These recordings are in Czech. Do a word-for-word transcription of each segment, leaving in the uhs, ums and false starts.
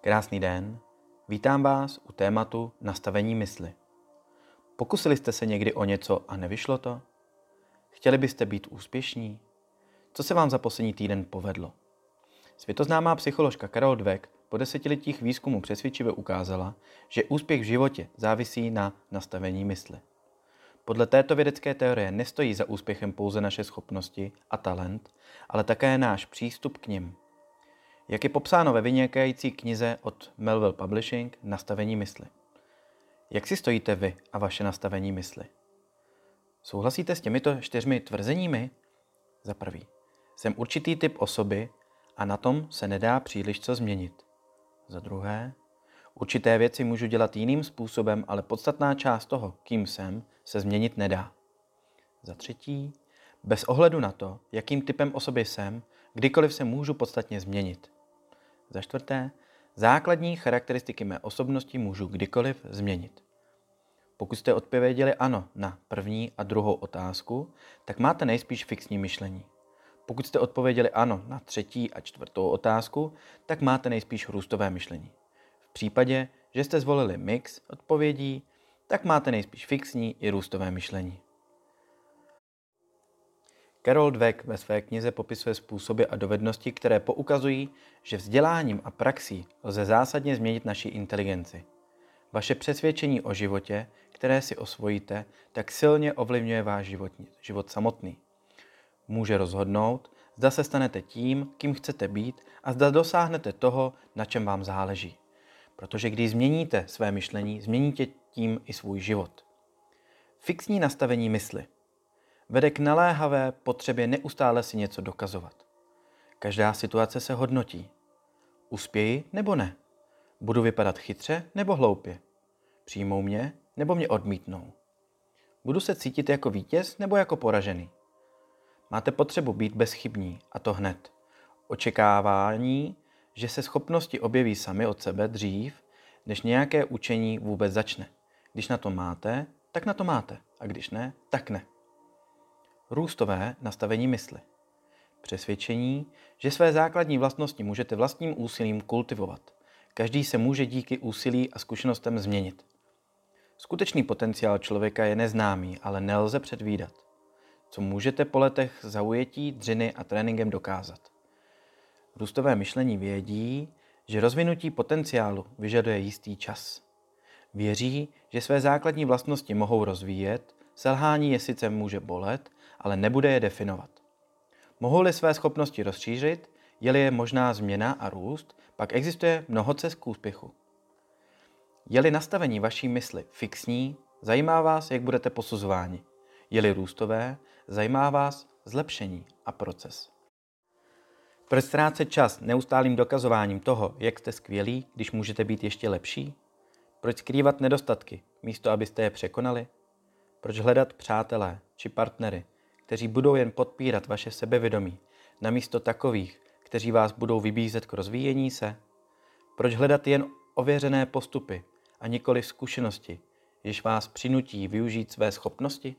Krásný den, vítám vás u tématu nastavení mysli. Pokusili jste se někdy o něco a nevyšlo to? Chtěli byste být úspěšní? Co se vám za poslední týden povedlo? Světoznámá psycholožka Carol Dweck po desetiletích výzkumu přesvědčivě ukázala, že úspěch v životě závisí na nastavení mysli. Podle této vědecké teorie nestojí za úspěchem pouze naše schopnosti a talent, ale také náš přístup k nim. Jak je popsáno ve vynikající knize od Melville Publishing Nastavení mysli. Jak si stojíte vy a vaše nastavení mysli? Souhlasíte s těmito čtyřmi tvrzeními? Za prvý, jsem určitý typ osoby a na tom se nedá příliš co změnit. Za druhé, určité věci můžu dělat jiným způsobem, ale podstatná část toho, kým jsem, se změnit nedá. Za třetí, bez ohledu na to, jakým typem osoby jsem, kdykoliv se můžu podstatně změnit. Za čtvrté, základní charakteristiky mé osobnosti můžu kdykoliv změnit. Pokud jste odpověděli ano na první a druhou otázku, tak máte nejspíš fixní myšlení. Pokud jste odpověděli ano na třetí a čtvrtou otázku, tak máte nejspíš růstové myšlení. V případě, že jste zvolili mix odpovědí, tak máte nejspíš fixní i růstové myšlení. Carol Dweck ve své knize popisuje způsoby a dovednosti, které poukazují, že vzděláním a praxí lze zásadně změnit naši inteligenci. Vaše přesvědčení o životě, které si osvojíte, tak silně ovlivňuje váš život, život samotný. Může rozhodnout, zda se stanete tím, kým chcete být a zda dosáhnete toho, na čem vám záleží. Protože když změníte své myšlení, změníte tím i svůj život. Fixní nastavení mysli vede k naléhavé potřebě neustále si něco dokazovat. Každá situace se hodnotí. Uspěji nebo ne? Budu vypadat chytře nebo hloupě? Přijmou mě nebo mě odmítnou? Budu se cítit jako vítěz nebo jako poražený? Máte potřebu být bezchybní, a to hned. Očekávání, že se schopnosti objeví sami od sebe dřív, než nějaké učení vůbec začne. Když na to máte, tak na to máte. A když ne, tak ne. Růstové nastavení mysli. Přesvědčení, že své základní vlastnosti můžete vlastním úsilím kultivovat. Každý se může díky úsilí a zkušenostem změnit. Skutečný potenciál člověka je neznámý, ale nelze předvídat. Co můžete po letech zaujetí, dřiny a tréninkem dokázat? Růstové myšlení vědí, že rozvinutí potenciálu vyžaduje jistý čas. Věří, že své základní vlastnosti mohou rozvíjet, selhání je sice může bolet, ale nebude je definovat. Mohou-li své schopnosti rozšířit, je-li je možná změna a růst, pak existuje mnoho cest k úspěchu. Je-li nastavení vaší mysli fixní, zajímá vás, jak budete posuzováni. Je-li růstové, zajímá vás zlepšení a proces. Proč ztrácet čas neustálým dokazováním toho, jak jste skvělí, když můžete být ještě lepší? Proč skrývat nedostatky, místo abyste je překonali? Proč hledat přátelé či partnery, kteří budou jen podpírat vaše sebevědomí, namísto takových, kteří vás budou vybízet k rozvíjení se? Proč hledat jen ověřené postupy a nikoli zkušenosti, jež vás přinutí využít své schopnosti?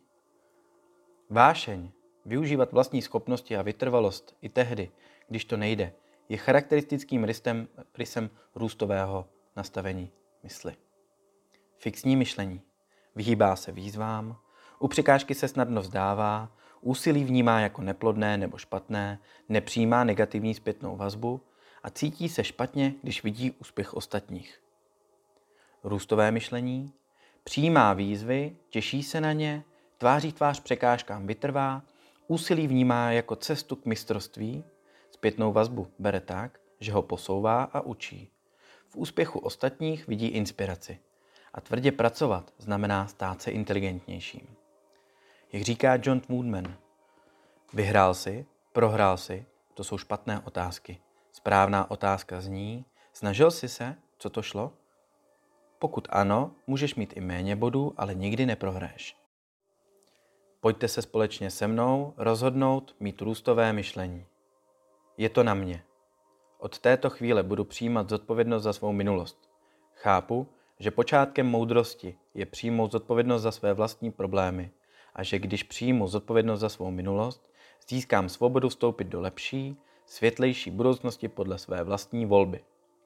Vášeň, využívat vlastní schopnosti a vytrvalost i tehdy, když to nejde, je charakteristickým rysem, rysem růstového nastavení mysli. Fixní myšlení. Vyhýbá se výzvám, u překážky se snadno vzdává, úsilí vnímá jako neplodné nebo špatné, nepřijímá negativní zpětnou vazbu a cítí se špatně, když vidí úspěch ostatních. Růstové myšlení. Přijímá výzvy, těší se na ně, tváří tvář překážkám vytrvá, úsilí vnímá jako cestu k mistrovství, zpětnou vazbu bere tak, že ho posouvá a učí. V úspěchu ostatních vidí inspiraci. A tvrdě pracovat znamená stát se inteligentnějším. Jak říká John Woodman, vyhrál si, prohrál si, to jsou špatné otázky. Správná otázka zní, snažil jsi se, co to šlo? Pokud ano, můžeš mít i méně bodů, ale nikdy neprohraješ. Pojďte se společně se mnou rozhodnout mít růstové myšlení. Je to na mě. Od této chvíle budu přijímat zodpovědnost za svou minulost. Chápu, že počátkem moudrosti je přijmout zodpovědnost za své vlastní problémy a že když přijmu zodpovědnost za svou minulost, získám svobodu vstoupit do lepší, světlejší budoucnosti podle své vlastní volby.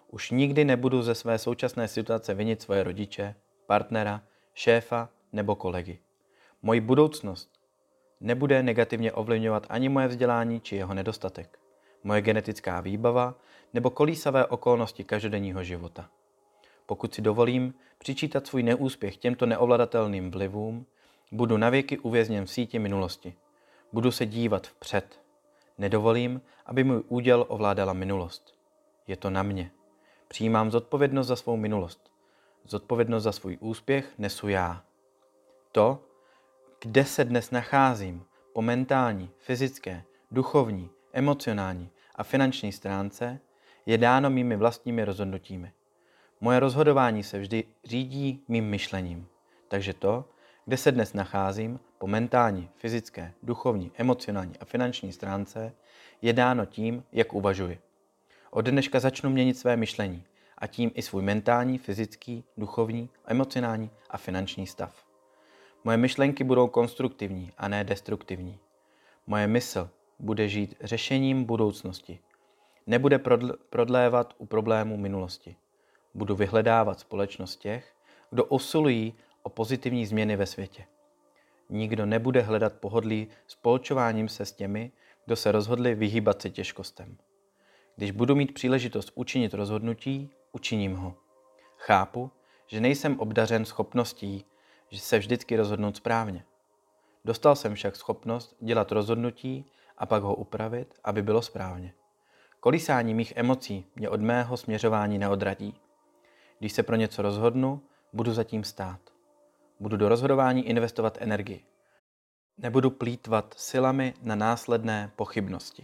Už nikdy nebudu ze své současné situace vinit svoje rodiče, partnera, šéfa nebo kolegy. Moji budoucnost nebude negativně ovlivňovat ani moje vzdělání či jeho nedostatek, moje genetická výbava nebo kolísavé okolnosti každodenního života. Pokud si dovolím přičítat svůj neúspěch těmto neovladatelným vlivům, budu navěky uvězněn v síti minulosti. Budu se dívat vpřed. Nedovolím, aby můj úděl ovládala minulost. Je to na mě. Přijímám zodpovědnost za svou minulost. Zodpovědnost za svůj úspěch nesu já. To, kde se dnes nacházím, po mentální, fyzické, duchovní, emocionální a finanční stránce, je dáno mými vlastními rozhodnutími. Moje rozhodování se vždy řídí mým myšlením. Takže to, kde se dnes nacházím, po mentální, fyzické, duchovní, emocionální a finanční stránce, je dáno tím, jak uvažuji. Od dneška začnu měnit své myšlení a tím i svůj mentální, fyzický, duchovní, emocionální a finanční stav. Moje myšlenky budou konstruktivní a ne destruktivní. Moje mysl bude žít řešením budoucnosti. Nebude prodlévat u problémů minulosti. Budu vyhledávat společnost těch, kdo usilují o pozitivní změny ve světě. Nikdo nebude hledat pohodlí spolčováním se s těmi, kdo se rozhodli vyhýbat se těžkostem. Když budu mít příležitost učinit rozhodnutí, učiním ho. Chápu, že nejsem obdařen schopností, že se vždycky rozhodnout správně. Dostal jsem však schopnost dělat rozhodnutí a pak ho upravit, aby bylo správně. Kolísání mých emocí mě od mého směřování neodradí. Když se pro něco rozhodnu, budu zatím stát. Budu do rozhodování investovat energii. Nebudu plýtvat silami na následné pochybnosti.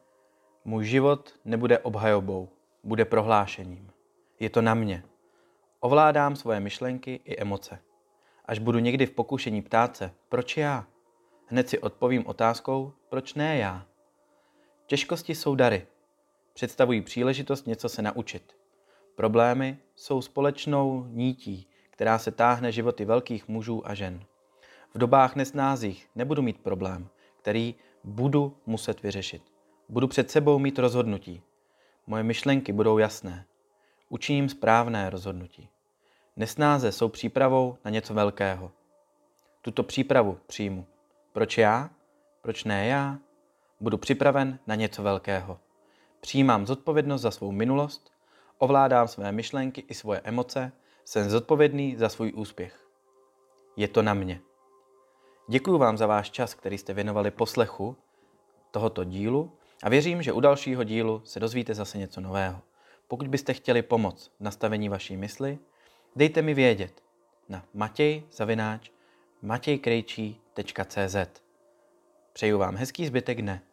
Můj život nebude obhajobou, bude prohlášením. Je to na mě. Ovládám svoje myšlenky i emoce. Až budu někdy v pokušení ptát se, proč já? Hned si odpovím otázkou, proč ne já? Těžkosti jsou dary. Představují příležitost něco se naučit. Problémy jsou společnou nítí, která se táhne životy velkých mužů a žen. V dobách nesnázích nebudu mít problém, který budu muset vyřešit. Budu před sebou mít rozhodnutí. Moje myšlenky budou jasné. Učiním správné rozhodnutí. Nesnáze jsou přípravou na něco velkého. Tuto přípravu přijmu. Proč já? Proč ne já? Budu připraven na něco velkého. Přijímám zodpovědnost za svou minulost, ovládám své myšlenky i svoje emoce, jsem zodpovědný za svůj úspěch. Je to na mě. Děkuji vám za váš čas, který jste věnovali poslechu tohoto dílu a věřím, že u dalšího dílu se dozvíte zase něco nového. Pokud byste chtěli pomoct v nastavení vaší mysli, dejte mi vědět na matěj zavináč matěj krejčí tečka cé zet. Přeju vám hezký zbytek dne.